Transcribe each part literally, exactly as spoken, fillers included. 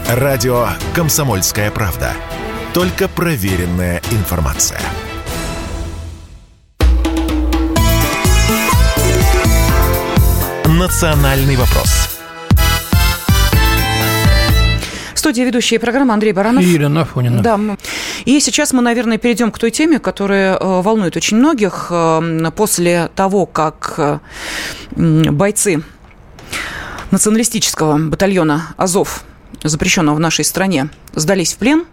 Радио «Комсомольская правда». Только проверенная информация. «Национальный вопрос». В студии ведущая программы Андрей Баранов. И Елена Афонина. Да. И сейчас мы, наверное, перейдем к той теме, которая волнует очень многих. После того, как бойцы националистического батальона «Азов», запрещенного в нашей стране, сдались в плен,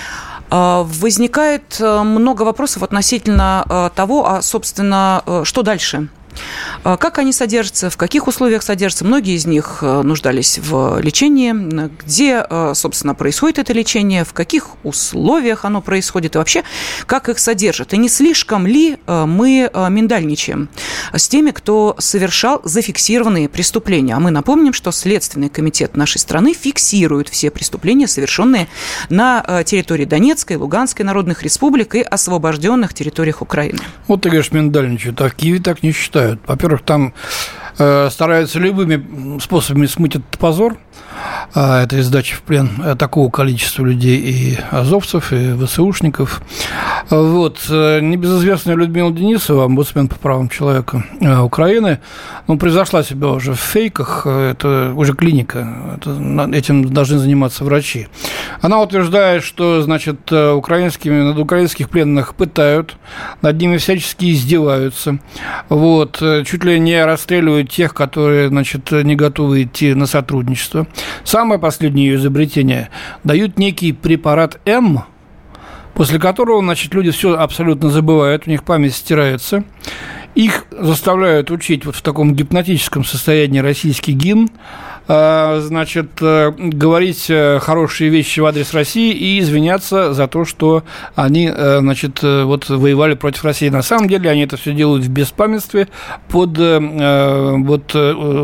возникает много вопросов относительно того, а, собственно, что дальше? Как они содержатся, в каких условиях содержатся. Многие из них нуждались в лечении. Где, собственно, происходит это лечение, в каких условиях оно происходит и вообще, как их содержат. И не слишком ли мы миндальничаем с теми, кто совершал зафиксированные преступления. А мы напомним, что Следственный комитет нашей страны фиксирует все преступления, совершенные на территории Донецкой, Луганской народных республик и освобожденных территориях Украины. Вот ты говоришь, миндальничают, а в Киеве так не считают. Во-первых, там э, стараются любыми способами смыть этот позор, э, этой сдачи в плен э, такого количества людей, и азовцев, и ВСУшников. Вот. Небезызвестная Людмила Денисова, омбудсмен по правам человека э, Украины, ну, превзошла себя уже в фейках, это уже клиника, это, этим должны заниматься врачи. Она утверждает, что, значит, украинскими, над украинских пленных пытают, над ними всячески издеваются, вот, чуть ли не расстреливают тех, которые, значит, не готовы идти на сотрудничество. Самое последнее ее изобретение – дают некий препарат М, после которого, значит, люди все абсолютно забывают, у них память стирается. Их заставляют учить вот в таком гипнотическом состоянии российский гимн, значит, говорить хорошие вещи в адрес России и извиняться за то, что они, значит, вот воевали против России. На самом деле они это все делают в беспамятстве под вот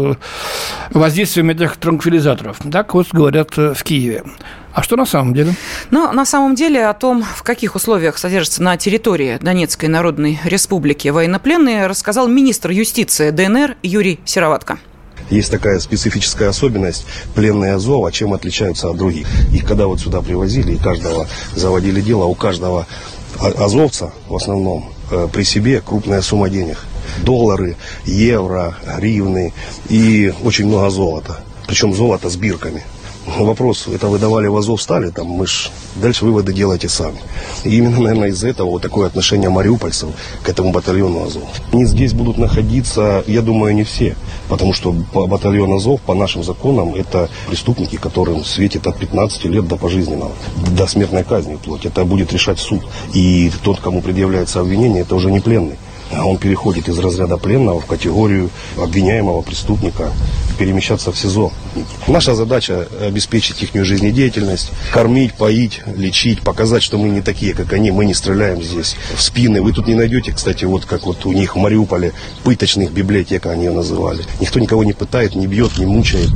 воздействием этих транквилизаторов. Так вот говорят в Киеве. А что на самом деле? Ну, на самом деле о том, в каких условиях содержатся на территории Донецкой Народной Республики военнопленные, рассказал министр юстиции ДНР Юрий Сероватко. Есть такая специфическая особенность, пленные Азова, чем отличаются от других. Их когда вот сюда привозили, и каждого заводили дело, у каждого азовца в основном при себе крупная сумма денег. Доллары, евро, гривны и очень много золота. Причем золото с бирками. Вопрос, это вы давали в Азовстали, там мы ж дальше выводы делаете сами. И именно, наверное, из-за этого вот такое отношение мариупольцев к этому батальону Азов. Они здесь будут находиться, я думаю, не все, потому что батальон Азов по нашим законам это преступники, которым светит от пятнадцати лет до пожизненного, до смертной казни вплоть. Это будет решать суд. И тот, кому предъявляется обвинение, это уже не пленный. А он переходит из разряда пленного в категорию обвиняемого преступника, перемещаться в СИЗО. Наша задача – обеспечить их жизнедеятельность, кормить, поить, лечить, показать, что мы не такие, как они, мы не стреляем здесь в спины. Вы тут не найдете, кстати, вот как вот у них в Мариуполе, пыточных библиотек они ее называли. Никто никого не пытает, не бьет, не мучает.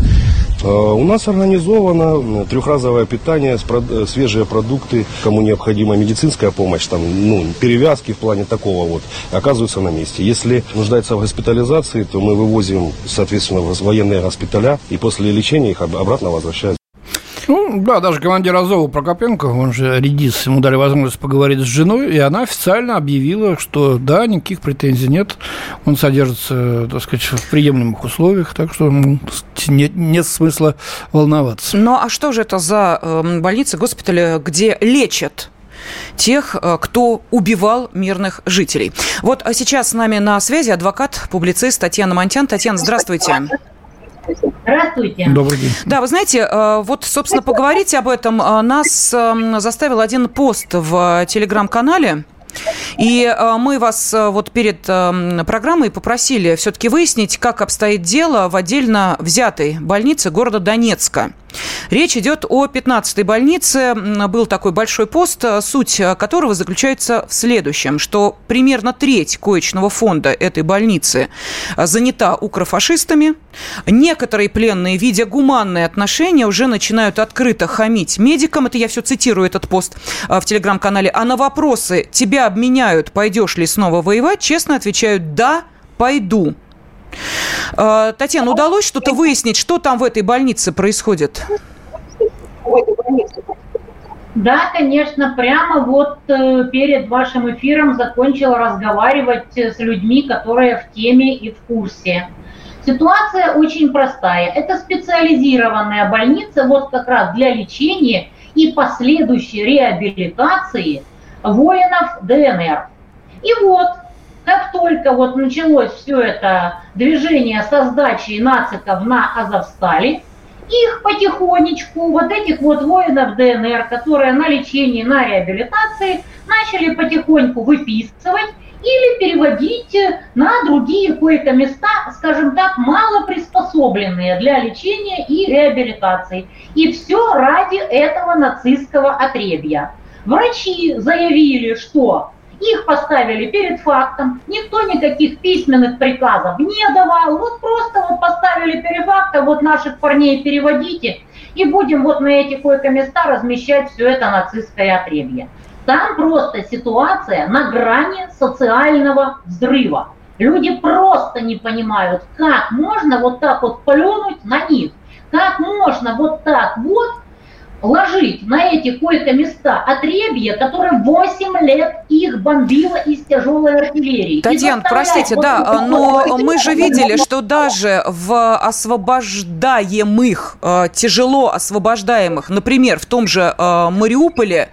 У нас организовано трехразовое питание, свежие продукты, кому необходима медицинская помощь, там, ну, перевязки в плане такого вот, оказываются на месте. Если нуждаются в госпитализации, то мы вывозим, соответственно, в военные госпиталя и после лечения их обратно возвращают. Ну, да, даже командир Азова Прокопенко, он же редис, ему дали возможность поговорить с женой, и она официально объявила, что да, никаких претензий нет, он содержится, так сказать, в приемлемых условиях, так что ну, нет, нет смысла волноваться. Ну, а что же это за больницы, госпитали, где лечат тех, кто убивал мирных жителей? Вот сейчас с нами на связи адвокат, публицист Татьяна Монтян. Татьяна, здравствуйте. Здравствуйте. Добрый день. Да, вы знаете, вот, собственно, поговорить об этом нас заставил один пост в телеграм-канале. И мы вас вот перед программой попросили все-таки выяснить, как обстоит дело в отдельно взятой больнице города Донецка. Речь идет о пятнадцатой больнице. Был такой большой пост, суть которого заключается в следующем, что примерно треть коечного фонда этой больницы занята укрофашистами. Некоторые пленные, видя гуманные отношения, уже начинают открыто хамить медикам. Это я все цитирую, этот пост в телеграм-канале. А на вопросы «тебя обменяют, пойдешь ли снова воевать?» честно отвечают «да, пойду». Татьяна, удалось что-то выяснить, что там в этой больнице происходит? Да, конечно, прямо вот э, перед вашим эфиром закончила разговаривать с людьми, которые в теме и в курсе. Ситуация очень простая. Это специализированная больница вот как раз для лечения и последующей реабилитации воинов ДНР. И вот, как только вот началось все это движение со сдачей нациков на Азовстали, их потихонечку, вот этих вот воинов ДНР, которые на лечении, на реабилитации, начали потихоньку выписывать или переводить на другие койко-места, скажем так, мало приспособленные для лечения и реабилитации. И все ради этого нацистского отребья. Врачи заявили, что их поставили перед фактом, никто никаких письменных приказов не давал, вот просто вот поставили перед фактом, вот наших парней переводите, и будем вот на эти койко-места размещать все это нацистское отребье. Там просто ситуация на грани социального взрыва. Люди просто не понимают, как можно вот так вот плюнуть на них, как можно вот так вот ложить на эти койко-места отребья, которые восемь лет их бомбило из тяжелой артиллерии. Татьяна, простите, вот да, но мы же видели, что даже в освобождаемых, тяжело освобождаемых, например, в том же Мариуполе,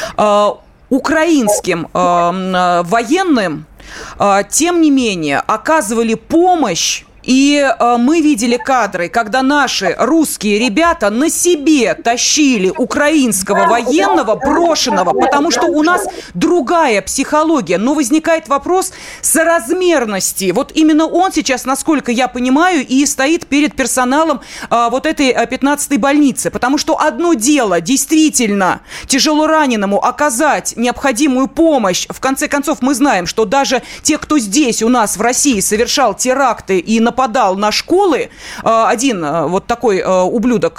украинским военным, тем не менее, оказывали помощь. И э, мы видели кадры, когда наши русские ребята на себе тащили украинского военного, брошенного, потому что у нас другая психология. Но возникает вопрос соразмерности. Вот именно он сейчас, насколько я понимаю, и стоит перед персоналом э, вот этой пятнадцатой больницы. Потому что одно дело действительно тяжело раненому оказать необходимую помощь. В конце концов, мы знаем, что даже те, кто здесь у нас в России совершал теракты и нападал, нападал на школы. Один вот такой ублюдок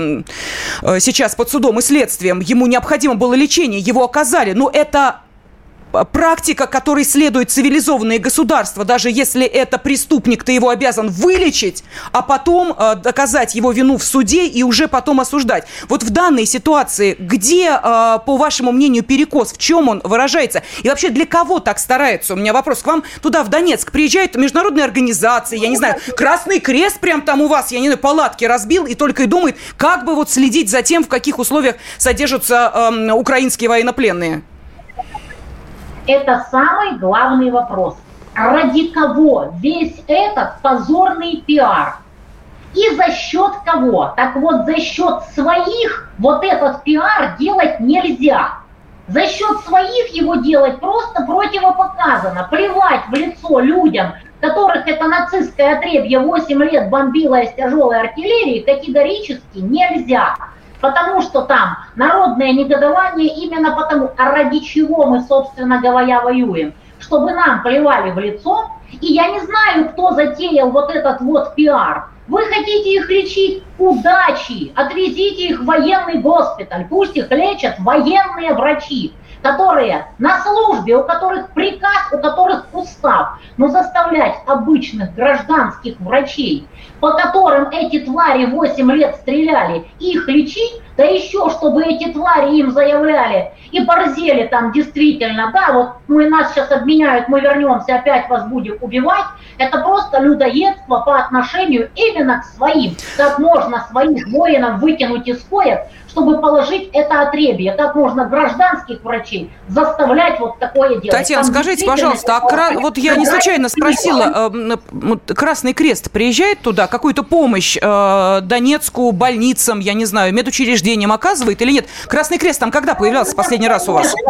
сейчас под судом и следствием. Ему необходимо было лечение, его оказали. Но это практика, которой следует цивилизованные государства. Даже если это преступник, ты его обязан вылечить, а потом э, доказать его вину в суде и уже потом осуждать. Вот в данной ситуации, где, э, по вашему мнению, перекос, в чем он выражается? И вообще для кого так стараются? У меня вопрос к вам. Туда, в Донецк, приезжают международные организации, я не знаю, Красный Крест прям там у вас, я не знаю, палатки разбил и только и думает, как бы вот следить за тем, в каких условиях содержатся э, украинские военнопленные. Это самый главный вопрос. Ради кого весь этот позорный пиар? И за счет кого? Так вот, за счет своих вот этот пиар делать нельзя. За счет своих его делать просто противопоказано. Плевать в лицо людям, которых это нацистское отребье восемь лет бомбило из тяжелой артиллерии, категорически нельзя. Потому что там народное негодование именно потому, а ради чего мы, собственно говоря, воюем. Чтобы нам плевали в лицо. И я не знаю, кто затеял вот этот вот пиар. Вы хотите их лечить? Удачи! Отвезите их в военный госпиталь. Пусть их лечат военные врачи, которые на службе, у которых приказ, у которых устав. Но заставлять обычных гражданских врачей, по которым эти твари восемь лет стреляли, их лечить, да еще чтобы эти твари им заявляли и борзели там действительно, да, вот мы нас сейчас обменяют, мы вернемся, опять вас будем убивать, это просто людоедство по отношению именно к своим. Как можно своих воинов выкинуть из коек, чтобы положить это отребье? Как можно гражданских врачей заставлять вот такое делать? Татьяна, там скажите, пожалуйста, а кра... вот я не случайно спросила, э, Красный Крест приезжает туда, какую-то помощь э, Донецку, больницам, я не знаю, медучреждениям оказывает или нет? Красный Крест там когда появлялся в последний раз у вас?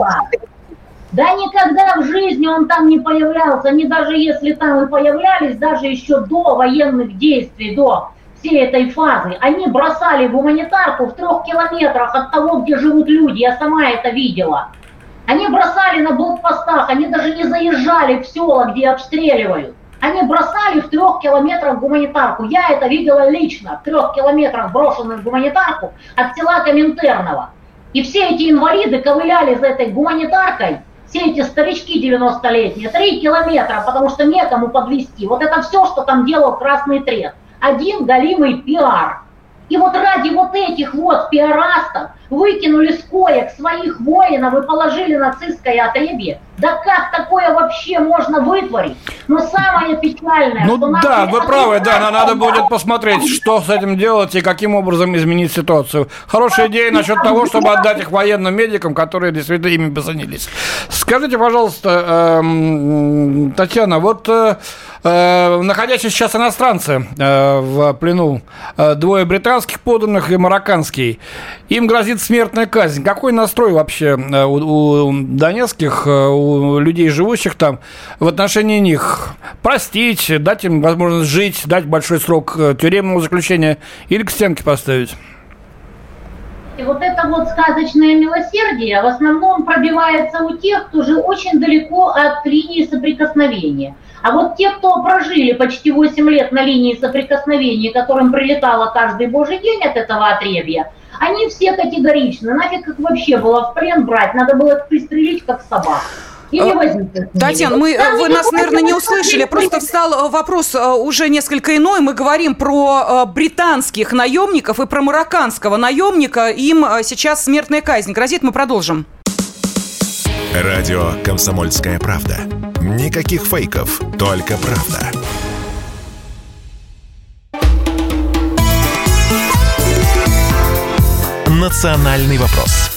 Да никогда в жизни он там не появлялся, не даже если там и появлялись, даже еще до военных действий, до всей этой фазы. Они бросали гуманитарку в трех километрах от того, где живут люди, я сама это видела. Они бросали на блокпостах, они даже не заезжали в села, где обстреливают. Они бросали в трех километрах гуманитарку. Я это видела лично, в трех километрах брошенную гуманитарку от села Коминтерново. И все эти инвалиды ковыляли за этой гуманитаркой, все эти старички девяностолетние, три километра, потому что некому подвезти. Вот это все, что там делал Красный Крест. Один галимый пиар. И вот ради вот этих вот пиарастов выкинули с коек своих воинов и положили нацистское отребье. Да как такое вообще можно вытворить? Но самое печальное, ну, что... Ну да, вы правы, да, надо будет посмотреть, что с этим делать и каким образом изменить ситуацию. Хорошая идея насчет того, чтобы отдать их военным медикам, которые действительно ими позанялись. Скажите, пожалуйста, э, Татьяна, вот... Э, находящиеся сейчас иностранцы э, в плену, э, двое британских подданных и марокканский, им грозит смертная казнь. Какой настрой вообще э, у, у донецких, э, у людей, живущих там, в отношении них? Простить, дать им возможность жить, дать большой срок тюремного заключения или к стенке поставить? И вот это вот сказочное милосердие в основном пробивается у тех, кто же очень далеко от линии соприкосновения. А вот те, кто прожили почти восемь лет на линии соприкосновения, которым прилетало каждый божий день от этого отребья, они все категоричны. Нафиг их вообще было в плен брать, надо было их пристрелить как собак. Татьяна, мы, вы нас, наверное, не услышали. Просто встал вопрос уже несколько иной. Мы говорим про британских наемников и про марокканского наемника. Им сейчас смертная казнь грозит. Мы продолжим. Радио «Комсомольская правда». Никаких фейков, только правда. Национальный вопрос.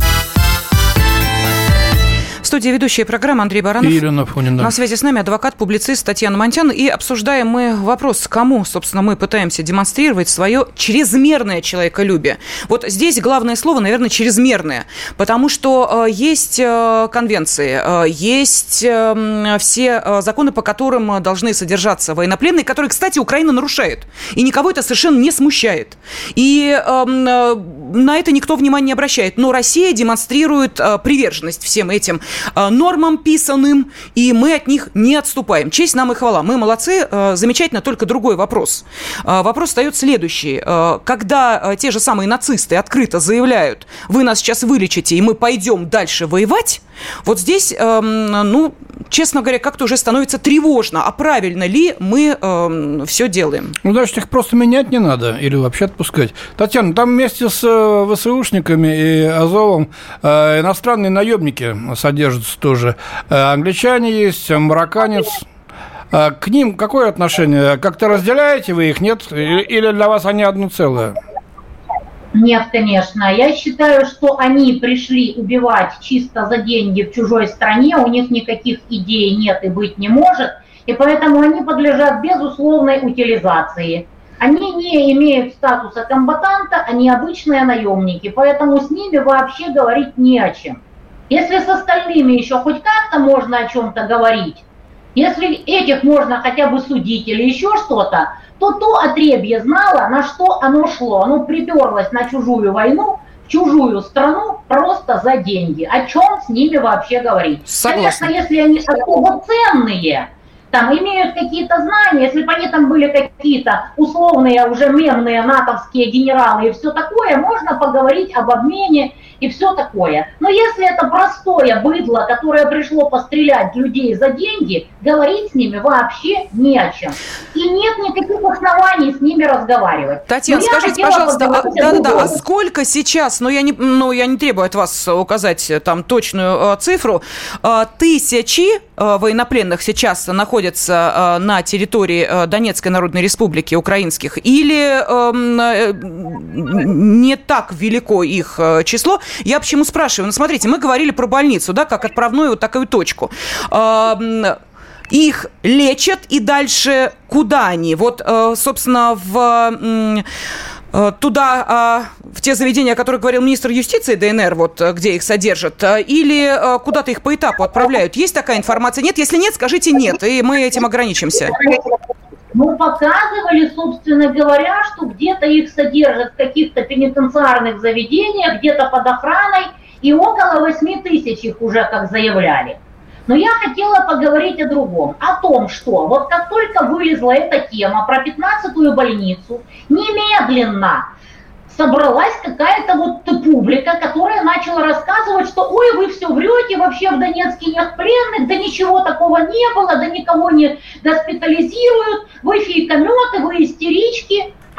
В студии ведущая программы Андрей Баранов. И Елена Афонина. На связи с нами адвокат-публицист Татьяна Монтян. И обсуждаем мы вопрос, кому, собственно, мы пытаемся демонстрировать свое чрезмерное человеколюбие. Вот здесь главное слово, наверное, чрезмерное. Потому что э, есть э, конвенции, э, есть э, все э, законы, по которым должны содержаться военнопленные, которые, кстати, Украина нарушает. И никого это совершенно не смущает. И э, э, на это никто внимания не обращает. Но Россия демонстрирует э, приверженность всем этим нормам писанным, и мы от них не отступаем. Честь нам и хвала. Мы молодцы, замечательно, только другой вопрос. Вопрос встает следующий. Когда те же самые нацисты открыто заявляют, вы нас сейчас вылечите, и мы пойдем дальше воевать, вот здесь, ну, честно говоря, как-то уже становится тревожно. А правильно ли мы все делаем? Ну, значит, их просто менять не надо или вообще отпускать. Татьяна, там вместе с ВСУшниками и Азовом иностранные наемники содержатся тоже. Англичане есть, марокканец. К ним какое отношение? Как-то разделяете вы их, нет? Или для вас они одно целое? Нет, конечно. Я считаю, что они пришли убивать чисто за деньги в чужой стране, у них никаких идей нет и быть не может, и поэтому они подлежат безусловной утилизации. Они не имеют статуса комбатанта, они обычные наемники, поэтому с ними вообще говорить не о чем. Если с остальными еще хоть как-то можно о чем-то говорить, если этих можно хотя бы судить или еще что-то, то то отребье знало, на что оно шло. Оно приперлось на чужую войну, в чужую страну просто за деньги. О чем с ними вообще говорить? Согласна. Конечно, если они особо ценные, там имеют какие-то знания, если бы они там были какие-то условные уже мемные натовские генералы и все такое, можно поговорить об обмене и все такое. Но если это простое быдло, которое пришло пострелять людей за деньги, говорить с ними вообще не о чем. И нет никаких оснований с ними разговаривать. Татьяна, скажите, пожалуйста, а, да, да, а сколько сейчас, ну я, не, ну я не требую от вас указать там точную э, цифру, э, тысячи э, военнопленных сейчас находятся э, на территории э, Донецкой Народной Республики украинских, или э, э, не так велико их э, число? Я почему спрашиваю? Ну, смотрите, мы говорили про больницу, да, как отправную вот такую точку. Их лечат, и дальше куда они? Вот, собственно, в... туда, в те заведения, о которых говорил министр юстиции ДНР, вот где их содержат, или куда-то их по этапу отправляют? Есть такая информация? Нет? Если нет, скажите нет, и мы этим ограничимся. Ну, показывали, собственно говоря, что где-то их содержат в каких-то пенитенциарных заведениях, где-то под охраной, и около восьми тысяч их уже, как заявляли. Но я хотела поговорить о другом, о том, что вот как только вылезла эта тема про пятнадцатую больницу, немедленно собралась какая-то вот публика, которая начала рассказывать, что ой, вы все врете, вообще в Донецке нет пленных, да ничего такого не было, да никого не госпитализируют, вы фейкометы, вы истерички.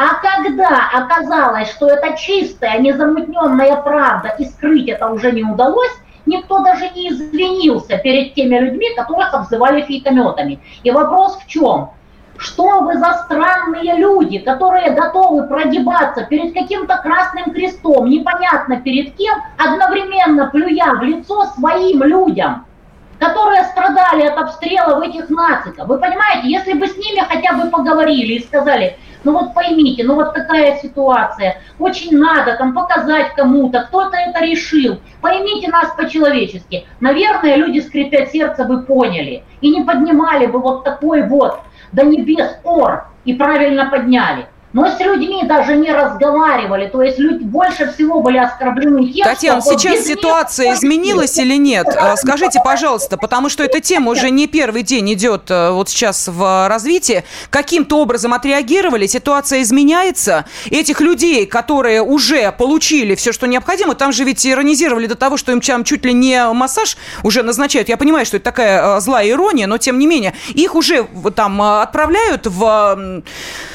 А когда оказалось, что это чистая, незамутненная правда, и скрыть это уже не удалось, никто даже не извинился перед теми людьми, которых обзывали фейкометами. И вопрос в чем? Что вы за странные люди, которые готовы прогибаться перед каким-то красным крестом, непонятно перед кем, одновременно плюя в лицо своим людям, которые страдали от обстрелов этих нациков. Вы понимаете, если бы с ними хотя бы поговорили и сказали, ну вот поймите, ну вот такая ситуация, очень надо там показать кому-то, кто-то это решил, поймите нас по-человечески. Наверное, люди, скрипя сердце, бы поняли и не поднимали бы вот такой вот до небес ор и правильно подняли. Но с людьми даже не разговаривали, то есть люди больше всего были оскорблены тем, Татьяна, что... сейчас вот ситуация меня... изменилась или нет? Скажите, пожалуйста, потому что эта тема уже не первый день идет вот сейчас в развитии. Каким-то образом отреагировали, ситуация изменяется. Этих людей, которые уже получили все, что необходимо, там же ведь иронизировали до того, что им чуть ли не массаж уже назначают. Я понимаю, что это такая злая ирония, но тем не менее, их уже там отправляют в...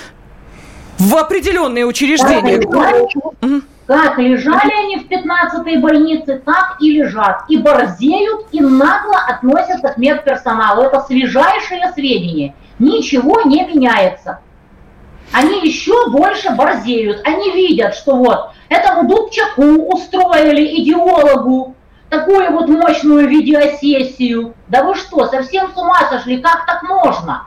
в определенные учреждения. Как лежали, как лежали они в пятнадцатой больнице, так и лежат. И борзеют, и нагло относятся к медперсоналу. Это свежайшие сведения. Ничего не меняется. Они еще больше борзеют. Они видят, что вот этому Дубчаку устроили, идеологу, такую вот мощную видеосессию. Да вы что, совсем с ума сошли? Как так можно?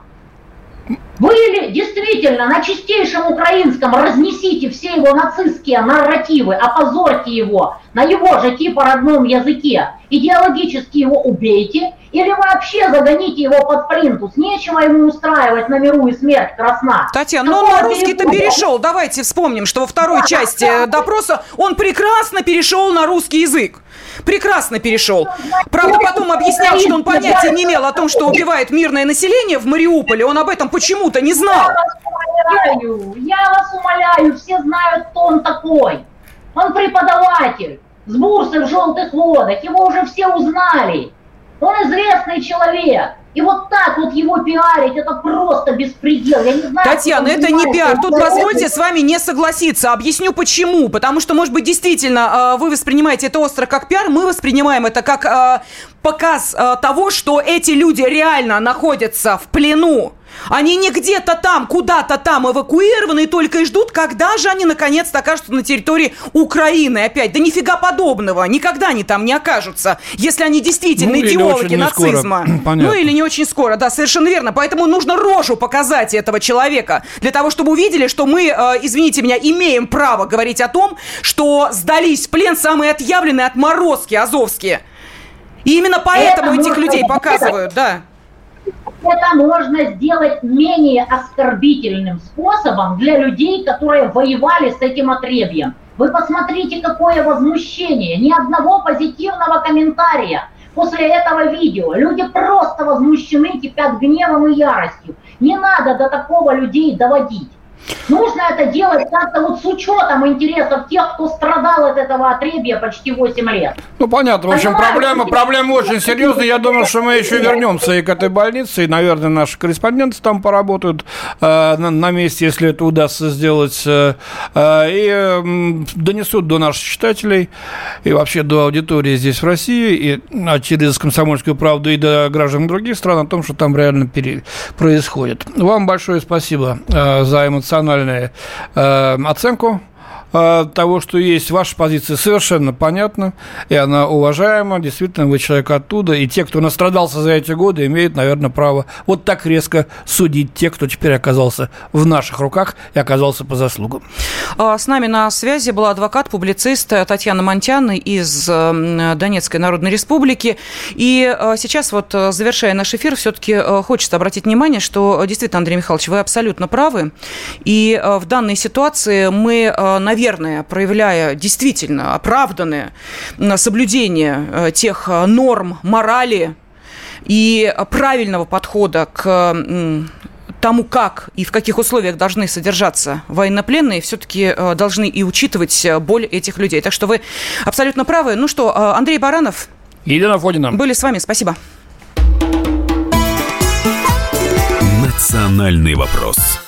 Вы или действительно на чистейшем украинском разнесите все его нацистские нарративы, опозорьте его на его же типа родном языке, идеологически его убейте, или вы вообще загоните его под плинтус, нечего ему устраивать на миру и смерть красна. Татьяна, ну он на русский-то перешел, давайте вспомним, что во второй части допроса он прекрасно перешел на русский язык. Прекрасно перешел. Правда, потом объяснял, что он понятия не имел о том, что убивает мирное население в Мариуполе. Он об этом почему-то не знал. Я вас умоляю, я вас умоляю, все знают, кто он такой. Он преподаватель с бурсой в желтых водах, его уже все узнали. Он известный человек. И вот так вот его пиарить, это просто беспредел. Я не знаю, Татьяна, это не пиар. Тут позвольте с вами не согласиться. Объясню почему. Потому что, может быть, действительно, вы воспринимаете это остро как пиар, мы воспринимаем это как показ того, что эти люди реально находятся в плену. Они не где-то там, куда-то там эвакуированы и только и ждут, когда же они наконец-то окажутся на территории Украины опять. Да нифига подобного. Никогда они там не окажутся, если они действительно ну, идеологи нацизма. Ну или не очень скоро, да, совершенно верно. Поэтому нужно рожу показать этого человека, для того, чтобы увидели, что мы, э, извините меня, имеем право говорить о том, что сдались в плен самые отъявленные отморозки азовские. И именно поэтому это этих людей показывают, да. Это можно сделать менее оскорбительным способом для людей, которые воевали с этим отребьем. Вы посмотрите, какое возмущение. Ни одного позитивного комментария после этого видео. Люди просто возмущены, кипят гневом и яростью. Не надо до такого людей доводить. Нужно это делать как-то вот с учетом интересов тех, кто страдал от этого отребья почти восемь лет. Ну, понятно. В общем, проблема, проблема очень серьезная. Я думаю, что мы еще вернемся и к этой больнице. И, наверное, наши корреспонденты там поработают э, на, на месте, если это удастся сделать. Э, и э, донесут до наших читателей и вообще до аудитории здесь в России, и а через «Комсомольскую правду» и до граждан других стран о том, что там реально пере... происходит. Вам большое спасибо э, за эмоциональность. Эмоциональную э, оценку э, того, что есть. Ваша позиция совершенно понятна, и она уважаема. Действительно, вы человек оттуда, и те, кто настрадался за эти годы, имеют, наверное, право вот так резко судить тех, кто теперь оказался в наших руках и оказался по заслугам. С нами на связи была адвокат-публицист Татьяна Монтян из Донецкой Народной Республики. И сейчас, вот завершая наш эфир, все-таки хочется обратить внимание, что действительно, Андрей Михайлович, вы абсолютно правы. И в данной ситуации мы, наверное, проявляя действительно оправданное соблюдение тех норм морали и правильного подхода к тому, как и в каких условиях должны содержаться военнопленные, все-таки должны и учитывать боль этих людей. Так что вы абсолютно правы. Ну что, Андрей Баранов, Елена Фодина были с вами. Спасибо. Национальный вопрос.